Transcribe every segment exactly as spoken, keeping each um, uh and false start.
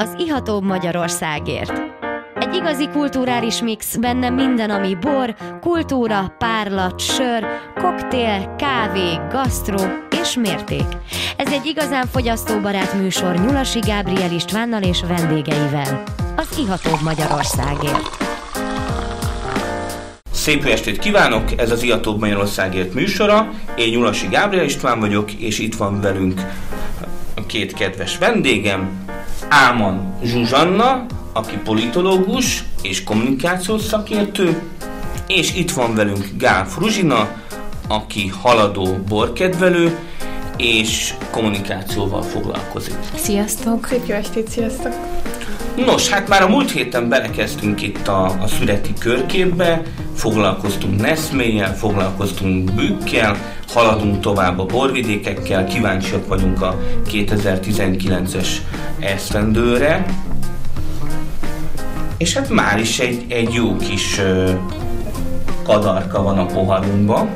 az ihatóbb Magyarországért. Egy igazi kulturális mix, benne minden, ami bor, kultúra, párlat, sör, koktél, kávé, gasztró és mérték. Ez egy igazán fogyasztóbarát műsor Nyulasi Gábriel Istvánnal és vendégeivel. Az ihatóbb Magyarországért. Szép jó estét kívánok! Ez az Ihatóbb Magyarországért műsora. Én Nyulasi Gábriel István vagyok, és itt van velünk a két kedves vendégem. Álman Zsuzsanna, aki politológus és kommunikációs szakértő, és itt van velünk Gál Fruzsina, aki haladó borkedvelő, és kommunikációval foglalkozik. Sziasztok! Szép jó estét, sziasztok! Nos, hát már a múlt héten belekezdtünk itt a, a szüreti körképbe, foglalkoztunk Neszmélyel, foglalkoztunk Bükkkel, haladunk tovább a borvidékekkel, kíváncsiak vagyunk a kétezer-tizenkilences esztendőre, és hát már is egy, egy jó kis uh, kadarka van a poharunkban,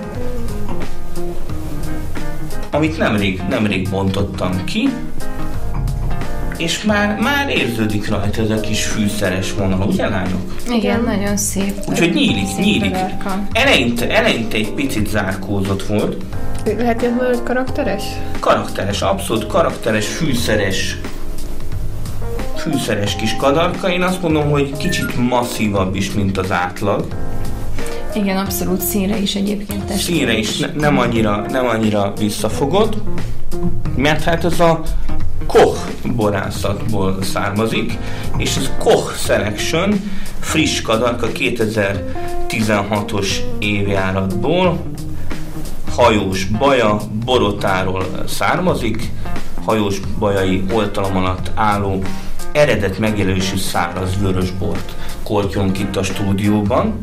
amit nemrég, nemrég bontottam ki, és már, már érződik rajta ez a kis fűszeres vonal, ugye lányok? Igen, nagyon szép. Úgyhogy nyílik, nyílik. Eleinte, eleinte egy picit zárkózott volt. Lehet ilyen már karakteres? Karakteres, abszolút karakteres, fűszeres, fűszeres kis kadarka. Én azt mondom, hogy kicsit masszívabb is, mint az átlag. Igen, abszolút színre is egyébként. Testvére. Színre is ne, nem, annyira, nem annyira visszafogott, mert hát ez a Koch borászatból származik, és ez Koch Selection friss kadarka kétezer-tizenhatos évjáratból, Hajós Baja Borotáról származik, Hajós Bajai oltalom alatt álló eredet megjelölésű száraz vörösbort kortyolunk itt a stúdióban.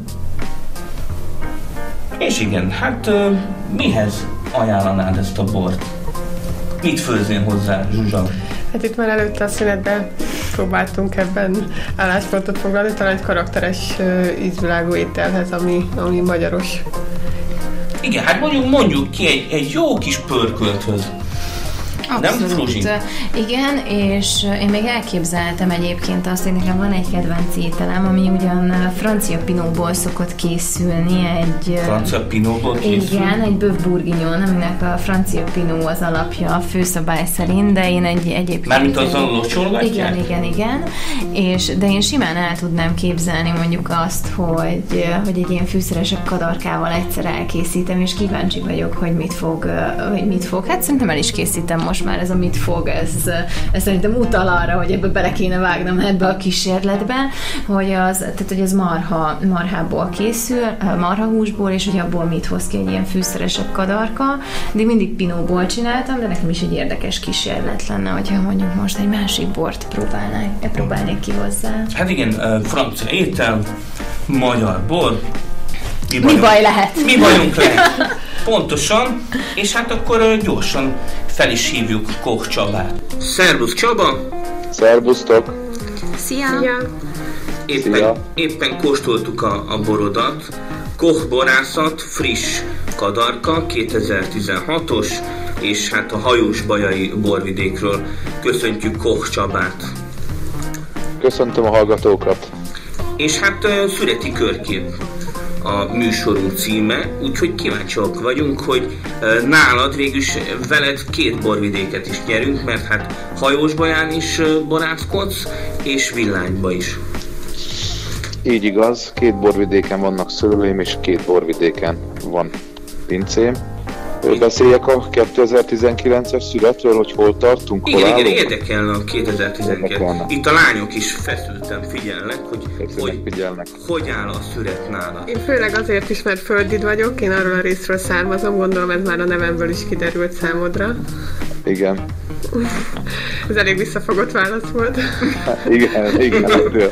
És igen, hát uh, mihez ajánlanád ezt a bort? Mit főzzél hozzá, Zsuzsa? Hát itt már előtte a szünetben próbáltunk ebben álláspontot foglalni, talán egy karakteres uh, ízvilágú ételhez, ami, ami magyaros. Igen, hát mondjuk, mondjuk ki egy, egy jó kis pörkölthöz. Abszolút. Igen, és én még elképzeltem egyébként azt, hogy nekem van egy kedvenc ételem, ami ugyan francia pinóból szokott készülni. Egy, francia pinóból készül? Igen, egy bœuf bourguignon, aminek a francia pinó az alapja a főszabály szerint, de én egy egyébként... Mármint azzal locsolgatják? Igen, igen, igen. És, de én simán el tudnám képzelni mondjuk azt, hogy, hogy egy ilyen fűszeresebb kadarkával egyszer elkészítem, és kíváncsi vagyok, hogy mit fog, hogy mit fog. Hát szerintem el is készítem most már, ez a mit fog, ez, ez szerintem utal arra, hogy ebbe bele kéne vágnom ebbe a kísérletbe, hogy az, tehát, hogy ez marha, marhából készül, marhahúsból, és hogy abból mit hoz ki egy ilyen fűszeresebb kadarka, de mindig pinóból csináltam, de nekem is egy érdekes kísérlet lenne, hogyha mondjuk most egy másik bort próbálnánk, próbálnék ki hozzá. Hát igen, francia étel, magyar bor, mi, mi baj lehet? Mi bajunk lehet? Pontosan, és hát akkor gyorsan fel is hívjuk Koch Csabát. Szervusz Csaba! Szervusztok! Szia! Éppen, Szia. éppen kóstoltuk a, a borodat. Koch borászat, friss kadarka, kétezer-tizenhatos, és hát a Hajós Bajai borvidékről köszöntjük Koch Csabát. Köszöntöm a hallgatókat! És hát uh, szüreti körkép a műsorunk címe, úgyhogy kíváncsiak vagyunk, hogy uh, nálad végülis veled két borvidéket is nyerünk, mert hát Hajósbaján is uh, borászkodsz, és Villányba is. Így igaz, két borvidéken vannak szőlőim, és két borvidéken van pincém. Beszéljek a kétezer-tizenkilences születről, hogy hol tartunk, igen, hol igen, állunk? érdekelne a kétezer-tizenkilenc. Itt a lányok is feszülten figyelnek, hogy hogy, figyelnek. hogy áll a szület nálad. Én főleg azért is, mert földid vagyok, én arról a részről származom, gondolom ez már a nevemből is kiderült számodra. Igen. Ez elég visszafogott válasz volt. igen, igen.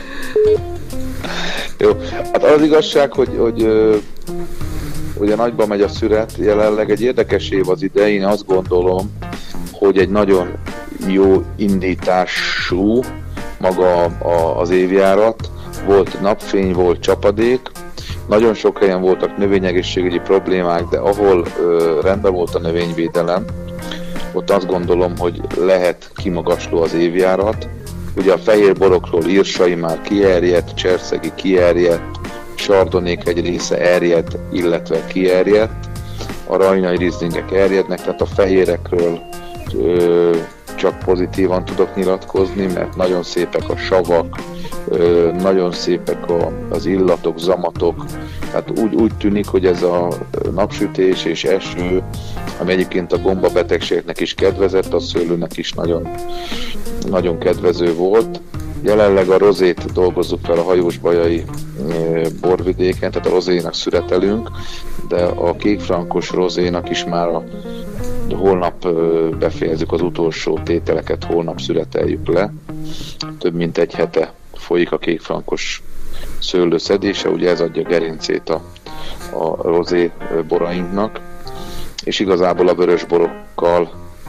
Jó, hát az igazság, hogy, hogy ugye nagyba megy a szüret, jelenleg egy érdekes év az ide, én azt gondolom, hogy egy nagyon jó indítású maga a, az évjárat, volt napfény, volt csapadék, nagyon sok helyen voltak növényegészségügyi problémák, de ahol ö, rendben volt a növényvédelem, ott azt gondolom, hogy lehet kimagasló az évjárat, Ugye a fehér borokról Irsai már kierjedt, Cserszegi kierjedt, Sardonék egy része erjedt, illetve kierjedt, a rajnai rizlingek erjednek, tehát a fehérekről ö, csak pozitívan tudok nyilatkozni, mert nagyon szépek a savak, ö, nagyon szépek a, az illatok, zamatok, tehát úgy, úgy tűnik, hogy ez a napsütés és eső, ami egyébként a gombabetegségnek is kedvezett, a szőlőnek is nagyon, nagyon kedvező volt. Jelenleg a rozét dolgozzuk fel a hajósbajai borvidéken, tehát a rozénak szüretelünk, de a kékfrankos rozénak is már a, holnap befejezzük az utolsó tételeket, holnap szüreteljük le. Több mint egy hete folyik a kékfrankos szőlő szedése, ugye ez adja gerincét a, a rozé borainknak, és igazából a vörös borokkal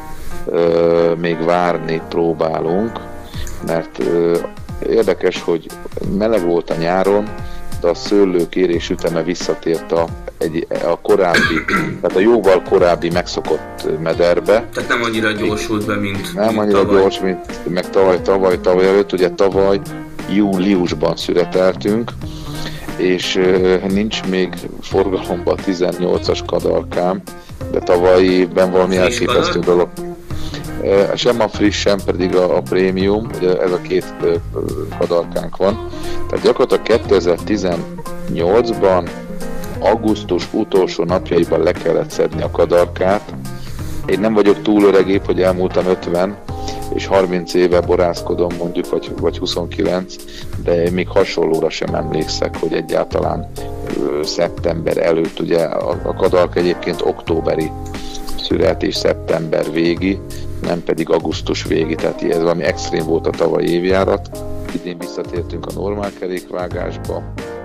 ö, még várni próbálunk, mert ö, érdekes, hogy meleg volt a nyáron, de a szőlőkérés üteme visszatért a, egy, a korábbi, tehát a jóval korábbi megszokott mederbe. Tehát nem annyira gyorsult be, mint Nem mint annyira tavaly. gyors, mint meg tavaly, tavaly, tavaly előtt, ugye tavaly júliusban szüreteltünk, és ö, nincs még forgalomban a tizennyolcas kadarkám, de tavaly évben valami Friss elképesztő kadar? dolog. Sem a friss, sem pedig a, a prémium, ugye ez a két kadarkánk van. Tehát gyakorlatilag kétezer-tizennyolcban augusztus utolsó napjaiban le kellett szedni a kadarkát. Én nem vagyok túl öregébb, hogy elmúltam ötven, és harminc éve borászkodom mondjuk, vagy, vagy huszonkilenc, de én még hasonlóra sem emlékszek, hogy egyáltalán ö, szeptember előtt, ugye a, a kadarka egyébként októberi születés, szeptember végi, nem pedig augusztus végi, tehát ez valami extrém volt a tavalyi évjárat. Idén visszatértünk a normál kerékvágásba.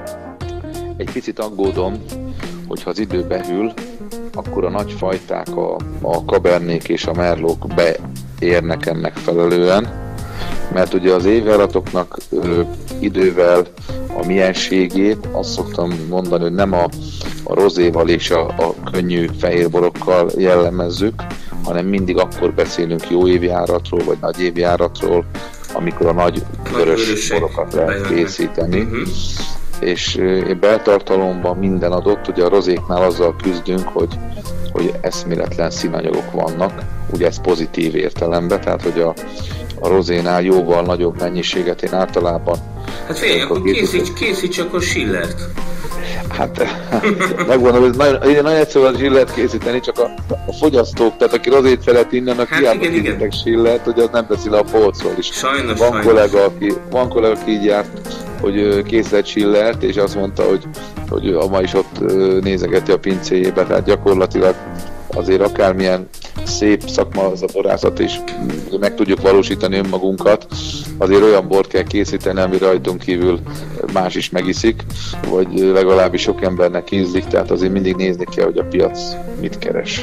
Egy picit aggódom, hogyha az idő behűl, akkor a nagy fajták, a, a kabernék és a merlók beérnek ennek megfelelően, mert ugye az évjáratoknak ö, idővel a mienségét, azt szoktam mondani, hogy nem a, a rozéval és a, a könnyű fehérborokkal jellemezzük, hanem mindig akkor beszélünk jó évjáratról, vagy nagy évjáratról, amikor a nagy vörös borokat lehet készíteni. Uh-huh. És uh, beltartalomban minden adott, ugye a rozéknál azzal küzdünk, hogy, hogy eszméletlen színanyagok vannak, ugye ez pozitív értelemben, tehát hogy a, a rozénál jóval nagyobb mennyiséget én általában... Hát figyelj, akkor készíts, készíts akkor Schillert. Hát megmondom, hogy nagyon, nagyon egyszerű a Schillert készíteni, csak a, a fogyasztók, tehát aki rozét felett innen, a hát hiába készítek Schillert, hogy az nem veszi le a polcról is. Sajnos, van sajnos. Kollega, aki, van kollega, aki így járt, hogy készített Schillert, és azt mondta, hogy, hogy a ma is ott nézegeti a pincéjébe, tehát gyakorlatilag azért akármilyen szép szakma az a borászat, és meg tudjuk valósítani önmagunkat, azért olyan bort kell készíteni, ami rajtunk kívül más is megiszik, vagy legalábbis sok embernek ízlik, tehát azért mindig nézni kell, hogy a piac mit keres.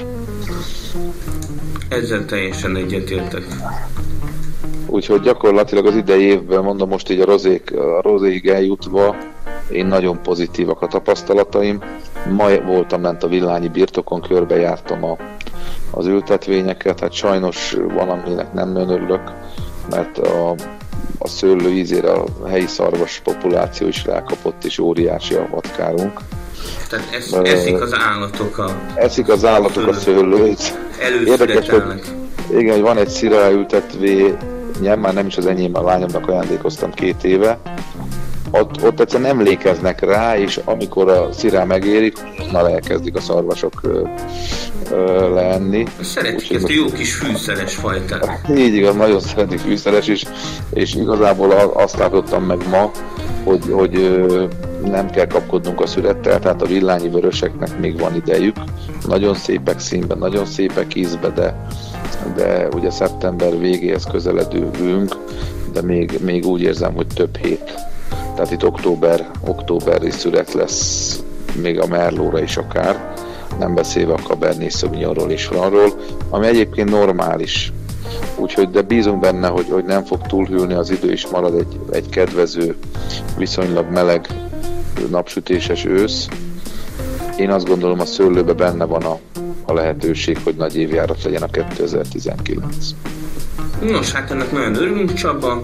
Ezzel teljesen egyetértek. Úgyhogy gyakorlatilag az idei évben, mondom most így a rozék, a rozéig eljutva, én nagyon pozitívak a tapasztalataim. Ma voltam lent a Villányi birtokon, körbejártam a, az ültetvényeket, hát sajnos valaminek nem nagyon örülök, mert a, a szőlő ízére a helyi szarvas populáció is rákapott, és óriási a vadkárunk. Tehát esz, eszik az állatok a... Eszik az állatok a szőlőt. Előszületelnek. Igen, hogy van egy szira ültetvé, már nem is az enyém, a lányomnak ajándékoztam két éve, ott, ott egyszerűen emlékeznek rá, és amikor a szirá megérik, na elkezdik a szarvasok ö, ö, leenni. Szeretik ezt a jó kis fűszeres fajtát. Így igaz, nagyon szeretik fűszeres is, és igazából azt látottam meg ma, hogy, hogy ö, nem kell kapkodnunk a szürettel, tehát a villányi vöröseknek még van idejük. Nagyon szépek színben, nagyon szépek ízbe, de de ugye szeptember végéhez közeledünk, de még, még úgy érzem, hogy több hét. Tehát itt október, októberi szület lesz még a merlóra is akár, nem beszélve a Cabernet Sauvignonról és Francról, ami egyébként normális. Úgyhogy de bízunk benne, hogy, hogy nem fog túlhűlni az idő, és marad egy, egy kedvező, viszonylag meleg, napsütéses ősz. Én azt gondolom, a szőlőben benne van a a lehetőség, hogy nagy évjárat legyen a kétezer-tizenkilenc. Nos, hát ennek nagyon örülünk, Csaba.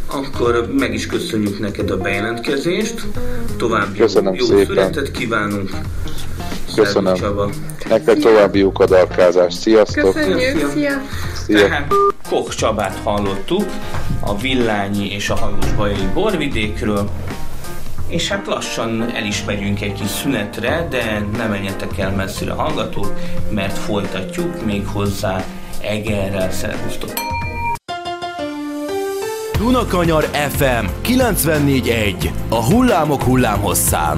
akkor meg is köszönjük neked a bejelentkezést. További Köszönöm jó szépen. születet kívánunk. Köszönöm. Csaba. Nektek további jó kadarkázást. Sziasztok! Köszönjük, szia! Szia. Tehát Koch Csabát hallottuk a Villányi és a Hajós Bajai borvidékről, és hát lassan el is megyünk egy kis szünetre, de ne menjetek el messzire, hallgatók, mert folytatjuk még hozzá Egerrel. Szervusztok! Dunakanyar ef em kilencvennégy egy, a hullámok hullámhosszán.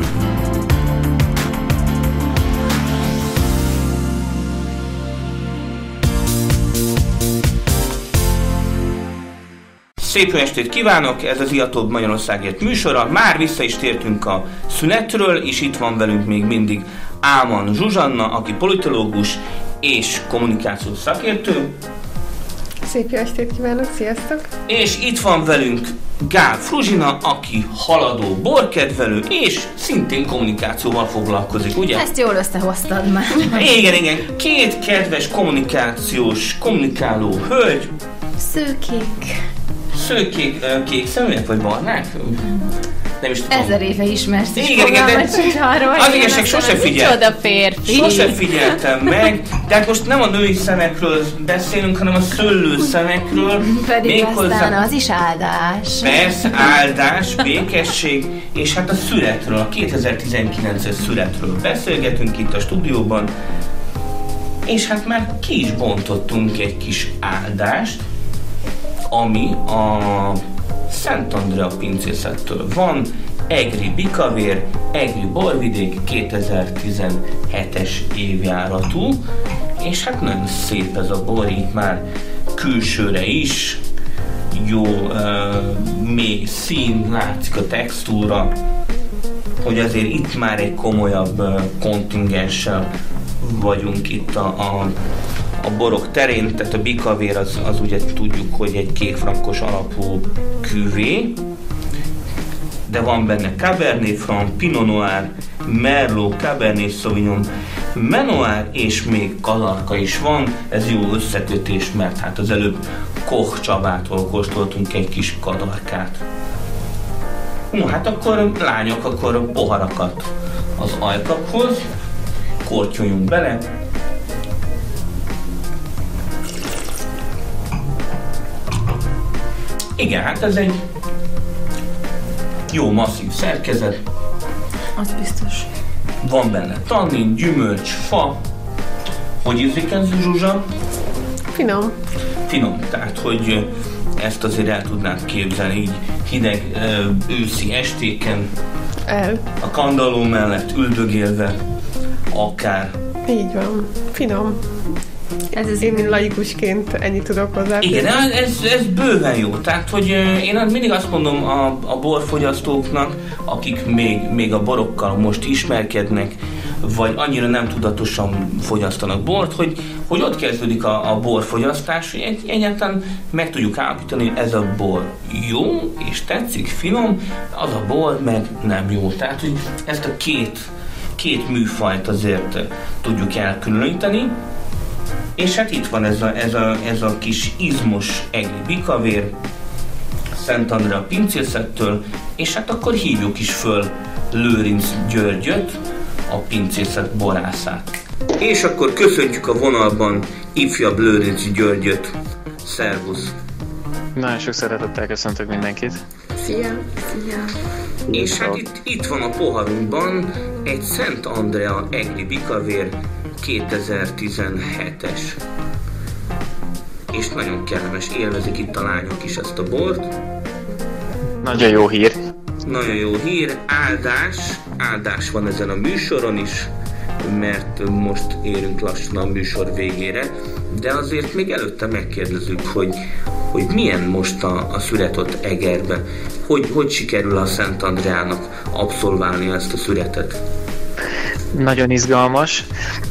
Szép jó estét kívánok, ez az Iatóbb Magyarországért műsora. Már vissza is tértünk a szünetről, és itt van velünk még mindig Álman Zsuzsanna, aki politológus és kommunikációs szakértő. Szép jó estét kívánok, sziasztok! És itt van velünk Gál Fruzsina, aki haladó borkedvelő, és szintén kommunikációval foglalkozik, ugye? Ezt jól összehoztad már. Igen, igen, két kedves kommunikációs, kommunikáló hölgy, Szőkék. szőkék, ö, kék szeműek vagy barnák? Nem is tudom. Ezer éve ismersz, és Igen, igen, de fogalmat sincs arról, az hogy igazság, én sose aztán figyel- micsoda férfi. Sose figyeltem meg, de hát most nem a női szemekről beszélünk, hanem a szőlő szemekről. Pedig aztán az is áldás. Persze, áldás, békesség, és hát a születről, a kétezer-tizenkilences születről beszélgetünk itt a stúdióban, és hát már ki is bontottunk egy kis áldást, ami a Szent Andrea pincészettől van, Egri Bikavér, Egri borvidék, kétezer-tizenhetes évjáratú, és hát nagyon szép ez a bor, itt már külsőre is, jó uh, mély szín, látszik a textúra, hogy azért itt már egy komolyabb uh, kontingenssel vagyunk itt a, a, a borok terén, tehát a Bikavér az, az ugye tudjuk, hogy egy kékfrankos alapú küvé, de van benne Cabernet Franc, Pinot Noir, Merlot, Cabernet Sauvignon, Mennoir és még kadarka is van. Ez jó összekötés, mert hát az előbb Koch Csabától kóstoltunk egy kis kadarkát. No, hát akkor lányok, akkor poharakat az ajkakhoz, kortyoljunk bele. Igen, hát ez egy jó masszív szerkezet. Az biztos. Van benne tannin, gyümölcs, fa. Hogy ízik ez, Zsuzsa? Finom. Finom, tehát hogy ezt azért el tudnád képzelni így hideg őszi estéken, El. a kandalló mellett üldögélve, akár. Így van. Finom. Ez az Én, mint laikusként ennyit tudok hozzá. Igen, ez, ez bőven jó. Tehát, hogy én mindig azt mondom a, a borfogyasztóknak, akik még, még a borokkal most ismerkednek, vagy annyira nem tudatosan fogyasztanak bort, hogy, hogy ott kezdődik a, a borfogyasztás, hogy egyáltalán meg tudjuk állapítani, hogy ez a bor jó, és tetszik, finom, az a bor meg nem jó. Tehát, hogy ezt a két, két műfajt azért tudjuk elkülöníteni. És hát itt van ez a, ez a, ez a kis izmos Egri Bikavér, Szent Andrea pincészettől, és hát akkor hívjuk is föl Lőrinc Györgyöt, a pincészet borászát. És akkor köszöntjük a vonalban ifjabb Lőrinc Györgyöt. Szervusz! Nagyon sok szeretettel köszöntök mindenkit. Szia. Szia. És hát itt, itt van a poharunkban egy Szent Andrea Egri Bikavér kétezer-tizenhetes. És nagyon kellemes, élvezik itt a lányok is ezt a bort. Nagyon jó hír. Nagyon jó hír, áldás, áldás van ezen a műsoron is, mert most érünk lassan a műsor végére, de azért még előtte megkérdezzük, hogy, hogy milyen most a, a szület Egerbe, hogy, hogy sikerül a Szent Andreának abszolválni ezt a születet. Nagyon izgalmas.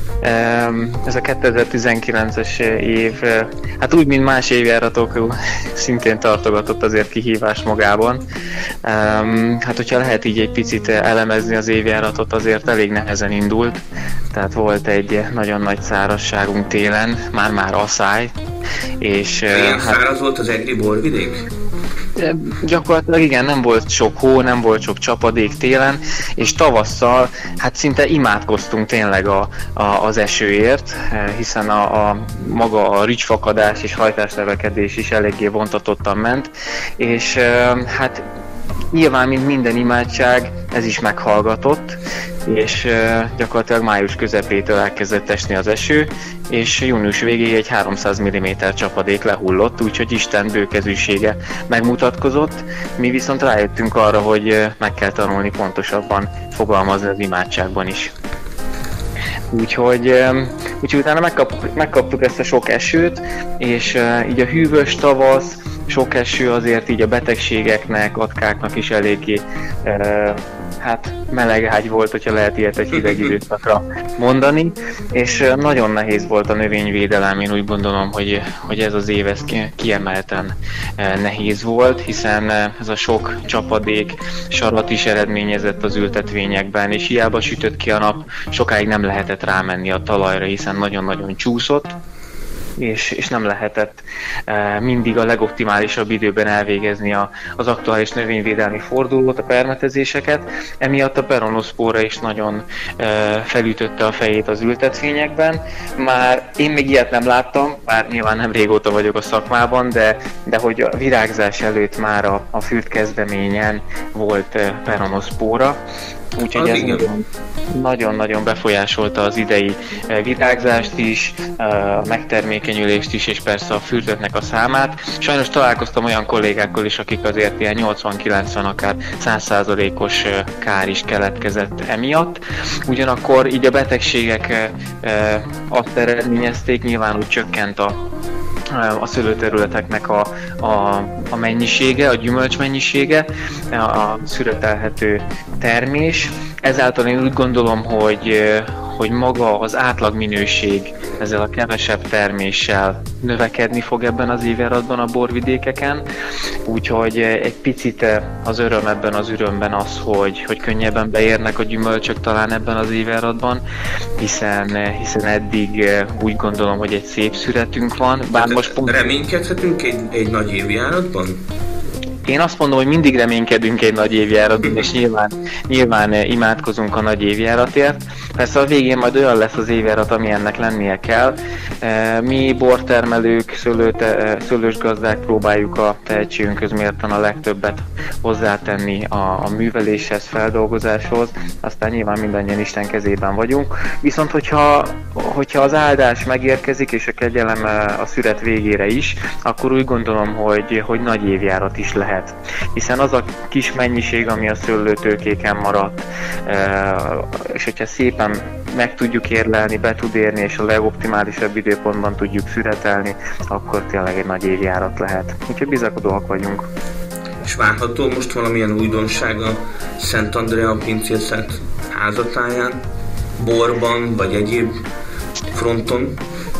Ez a kétezer-tizenkilences év, hát úgy, mint más évjáratok, szintén tartogatott azért kihívás magában. Hát, hogyha lehet így egy picit elemezni az évjáratot, azért elég nehezen indult. Tehát volt egy nagyon nagy szárazságunk télen, már-már asszály. És, Ilyen hát, száraz volt az egri borvidék? Gyakorlatilag igen, nem volt sok hó, nem volt sok csapadék télen, és tavasszal hát szinte imádkoztunk tényleg a, a, az esőért, hiszen a, a maga a rügyfakadás és hajtásnövekedés is eléggé vontatottan ment, és hát nyilván, mint minden imádság, ez is meghallgatott, és uh, gyakorlatilag május közepétől elkezdett esni az eső, és június végéig egy háromszáz milliméter csapadék lehullott, úgyhogy Isten bőkezűsége megmutatkozott. Mi viszont rájöttünk arra, hogy uh, meg kell tanulni pontosabban fogalmazni az imádságban is. Úgyhogy, um, úgyhogy utána megkap, megkaptuk ezt a sok esőt, és uh, így a hűvös tavasz, sok eső azért így a betegségeknek, atkáknak is eléggé uh, hát meleg ágy volt, hogyha lehet ilyet egy hideg időszakra mondani, és nagyon nehéz volt a növényvédelem, én úgy gondolom, hogy, hogy ez az év ez kiemelten nehéz volt, hiszen ez a sok csapadék sarat is eredményezett az ültetvényekben, és hiába sütött ki a nap, sokáig nem lehetett rámenni a talajra, hiszen nagyon-nagyon csúszott, És, és nem lehetett e, mindig a legoptimálisabb időben elvégezni a, az aktuális növényvédelmi fordulót, a permetezéseket. Emiatt a peronoszpóra is nagyon e, felütötte a fejét az ültetvényekben. Már én még ilyet nem láttam, bár nyilván nem régóta vagyok a szakmában, de, de hogy a virágzás előtt már a, a fürt kezdeményen volt e, peronoszpóra. Úgyhogy ez nagyon-nagyon befolyásolta az idei virágzást is, a megtermékenyülést is, és persze a fürtöknek a számát. Sajnos találkoztam olyan kollégákkal is, akik azért ilyen nyolcvan-kilencven, akár száz százalékos kár is keletkezett emiatt. Ugyanakkor így a betegségek azt eredményezték, nyilván úgy csökkent a a szőlőterületeknek a, a, a mennyisége, a gyümölcs mennyisége, a szüretelhető termés. Ezáltal én úgy gondolom, hogy, hogy maga az átlagminőség ezzel a kevesebb terméssel növekedni fog ebben az évjáratban a borvidékeken. Úgyhogy egy picit az öröm ebben az örömben az, hogy, hogy könnyebben beérnek a gyümölcsök talán ebben az évjáratban, hiszen, hiszen eddig úgy gondolom, hogy egy szép szüretünk van. Bár most pont... Reménykedhetünk egy, egy nagy évjáratban? Én azt mondom, hogy mindig reménykedünk egy nagy évjáratban, és nyilván, nyilván imádkozunk a nagy évjáratért. Persze a végén majd olyan lesz az évjárat, ami ennek lennie kell. Mi bortermelők, szőlőte, szőlős gazdák próbáljuk a tehetségünkhöz mérten a legtöbbet hozzátenni a, a műveléshez, feldolgozáshoz, aztán nyilván mindannyian Isten kezében vagyunk. Viszont hogyha, hogyha az áldás megérkezik, és a kegyelem a szüret végére is, akkor úgy gondolom, hogy, hogy nagy évjárat is lehet. Hiszen az a kis mennyiség, ami a szőlőtőkéken maradt, és hogyha szépen meg tudjuk érlelni, be tud érni, és a legoptimálisabb időpontban tudjuk szüretelni, akkor tényleg egy nagy évjárat lehet. Úgyhogy bizakodóak vagyunk. És várható most valamilyen újdonság a Szent Andrea pincészet házatáján, borban, vagy egyéb fronton?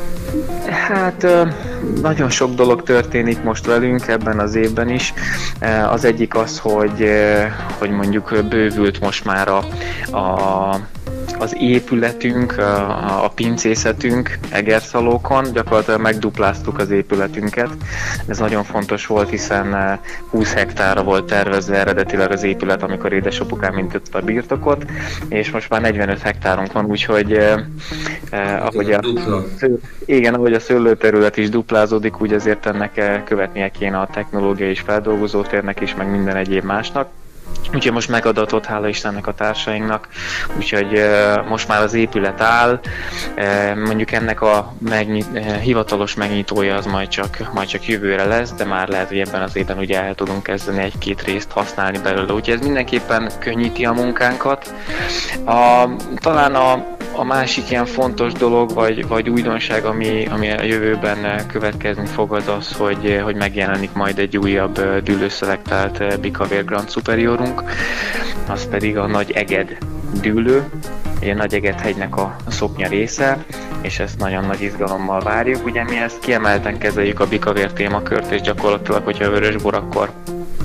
Hát nagyon sok dolog történik most velünk ebben az évben is. Az egyik az, hogy, hogy mondjuk bővült most már a, a az épületünk, a, a pincészetünk Egerszalókon, gyakorlatilag megdupláztuk az épületünket. Ez nagyon fontos volt, hiszen húsz hektárra volt tervezve eredetileg az épület, amikor édesapukám mintötte a birtokot, és most már negyvenöt hektárunk van, úgyhogy eh, ahogy, a, igen, ahogy a szőlőterület is duplázódik, úgy azért ennek követnie kéne a technológia és feldolgozótérnek is, meg minden egyéb másnak. Úgyhogy most megadatott, hála Istennek a társainknak, úgyhogy uh, most már az épület áll, uh, mondjuk ennek a megnyit, uh, hivatalos megnyitója az majd csak, majd csak jövőre lesz, de már lehet, hogy ebben az évben ugye el tudunk kezdeni egy-két részt használni belőle, úgyhogy ez mindenképpen könnyíti a munkánkat. A, talán a A másik ilyen fontos dolog, vagy, vagy újdonság, ami, ami a jövőben következni fog, az az, hogy, hogy megjelenik majd egy újabb dűlőszelektált Bikavér Grand Superiorunk, az pedig a Nagy Eged dűlő, egy Nagy Eged hegynek a szoknya része, és ezt nagyon nagy izgalommal várjuk. Ugye mi ezt kiemelten kezeljük a Bikavér témakört, és gyakorlatilag, hogyha vörösbor, akkor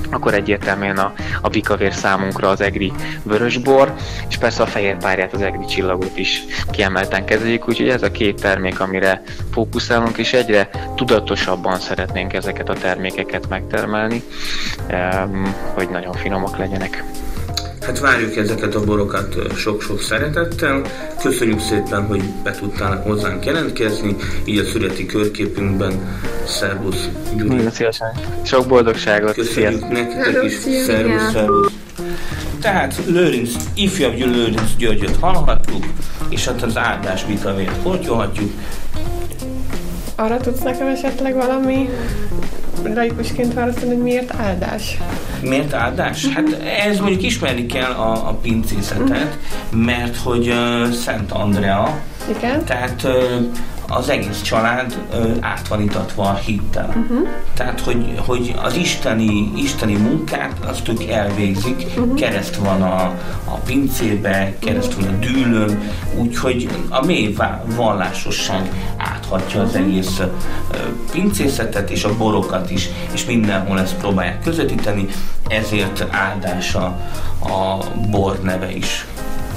akkor egyértelműen a, a bikavér számunkra az egri vörösbor, és persze a fehérpárját, az egri csillagot is kiemelten kezeljük, úgyhogy ez a két termék, amire fókuszálunk, és egyre tudatosabban szeretnénk ezeket a termékeket megtermelni, hogy nagyon finomak legyenek. Hát várjuk ezeket a borokat sok-sok szeretettel. Köszönjük szépen, hogy be tudtál hozzánk jelentkezni, így a születi körképünkben. Szervusz, Gyuri. Nagyon szívesen. Sok boldogságot. Köszönjük nektek is. Szervusz, szervusz. Tehát Lőrinc, ifjabb Lőrinc Györgyöt hallhattuk, és hát az áldás vitavért kortyolhatjuk. Arra tudsz nekem esetleg valami laikusként választani, hogy miért áldás? Miért áldás? Hát ez mondjuk ismerni kell a, a pincészetet, mert hogy uh, Szent Andrea, igen? Tehát uh, az egész család uh, át van itatva a hittel. Uh-huh. Tehát, hogy, hogy az isteni, isteni munkát azt ők elvégzik, uh-huh. kereszt van a, a pincébe, kereszt van a dűlőn, úgyhogy a mély vallásosság áthatja az egész uh, pincészetet és a borokat is, és mindenhol ezt próbálják közvetíteni, ezért áldása a bor neve is.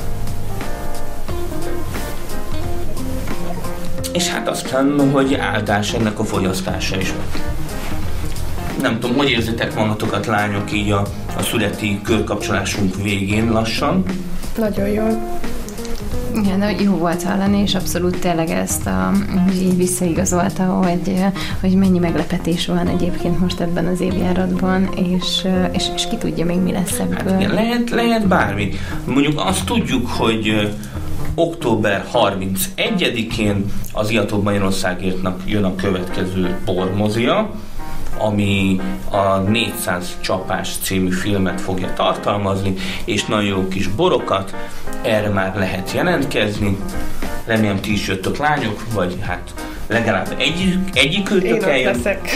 És hát aztán, hogy áldás ennek a fogyasztása is. Nem tudom, hogy érzitek magatokat, lányok, így a, a születi körkapcsolásunk végén lassan? Nagyon jól. Igen, de jó volt hallani, és abszolút tényleg ezt a, így visszaigazolta, hogy, hogy mennyi meglepetés van egyébként most ebben az évjáratban, és, és, és ki tudja még mi lesz ebből. Hát igen, lehet, lehet bármi. Mondjuk azt tudjuk, hogy október harmincegyedikén az Iatóbb Magyarországértnak jön a következő bormozia, ami a négyszáz csapás című filmet fogja tartalmazni, és nagyon jó kis borokat, erre már lehet jelentkezni. Remélem, ti is jöttök, lányok, vagy hát legalább egy, egyikőtök eljön. Én leszek.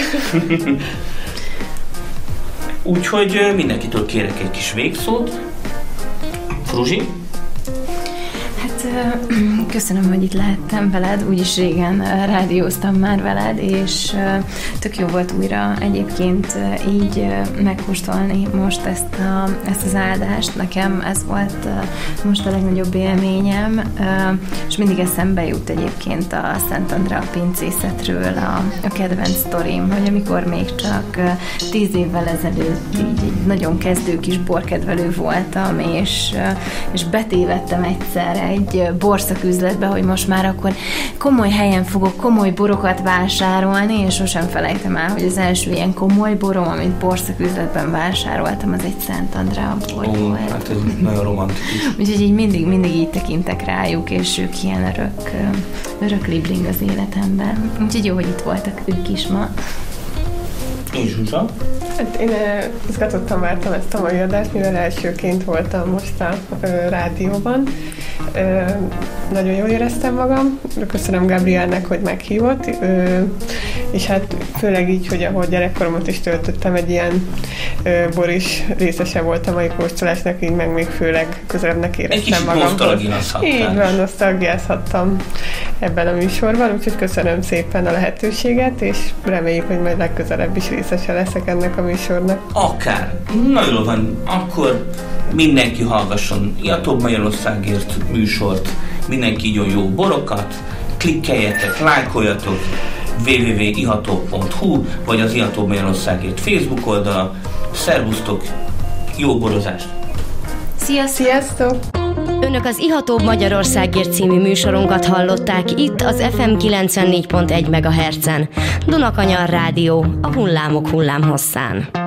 Úgyhogy mindenkitől kérek egy kis végszót. Fruzsi? Köszönöm, hogy itt lehettem veled, úgyis régen rádióztam már veled, és tök jó volt újra egyébként így megkóstolni most ezt, a, ezt az áldást. Nekem ez volt most a legnagyobb élményem, és mindig eszembe jut egyébként a Szent Andrea pincészetről a, a kedvenc sztorim, hogy amikor még csak tíz évvel ezelőtt így, így nagyon kezdő kis borkedvelő voltam, és, és betévedtem egyszer egy borszaküzletbe, hogy most már akkor komoly helyen fogok komoly borokat vásárolni, és sosem felejtem el, hogy az első ilyen komoly borom, amit borszaküzletben vásároltam, az egy Szent Andrea bor oh, volt. Hát ez nagyon romantikus. Úgyhogy így mindig, mindig így tekintek rájuk, és ők ilyen örök, örök libling az életemben. Úgyhogy jó, hogy itt voltak ők is ma. Én Zsuzsa? Hát én izgatottan vártam ezt a mai adást, mivel elsőként voltam most a ö, rádióban. Ö, nagyon jól éreztem magam. Köszönöm Gabrielnek, hogy meghívott. Ö, és hát főleg így, hogy ahol gyerekkoromat is töltöttem, egy ilyen ö, boris részese volt a mai kóstolásnak, így meg még főleg közelebbnek éreztem magam. Egy kicsit nosztalgiázhattál. Így van, nosztalgiázhattam ebben a műsorban, úgyhogy köszönöm szépen a lehetőséget, és reméljük, hogy majd legközelebb is részese leszek ennek a műsornak. Akár. Na jól van, akkor mindenki hallgasson Iatóbb Magyarországért műsort, mindenki igyon jó borokat, klikkeljetek, lájkoljatok double-u double-u double-u pont ihatóbb pont hu vagy az Iatóbb Magyarországért Facebook oldala. Szervusztok, jó borozást! Sziasztok! Sziasztok! Önök az Ihatóbb Magyarországért című műsorunkat hallották itt az ef em kilencvennégy pont egy megahertzen. Dunakanyar Rádió, a hullámok hullámhosszán.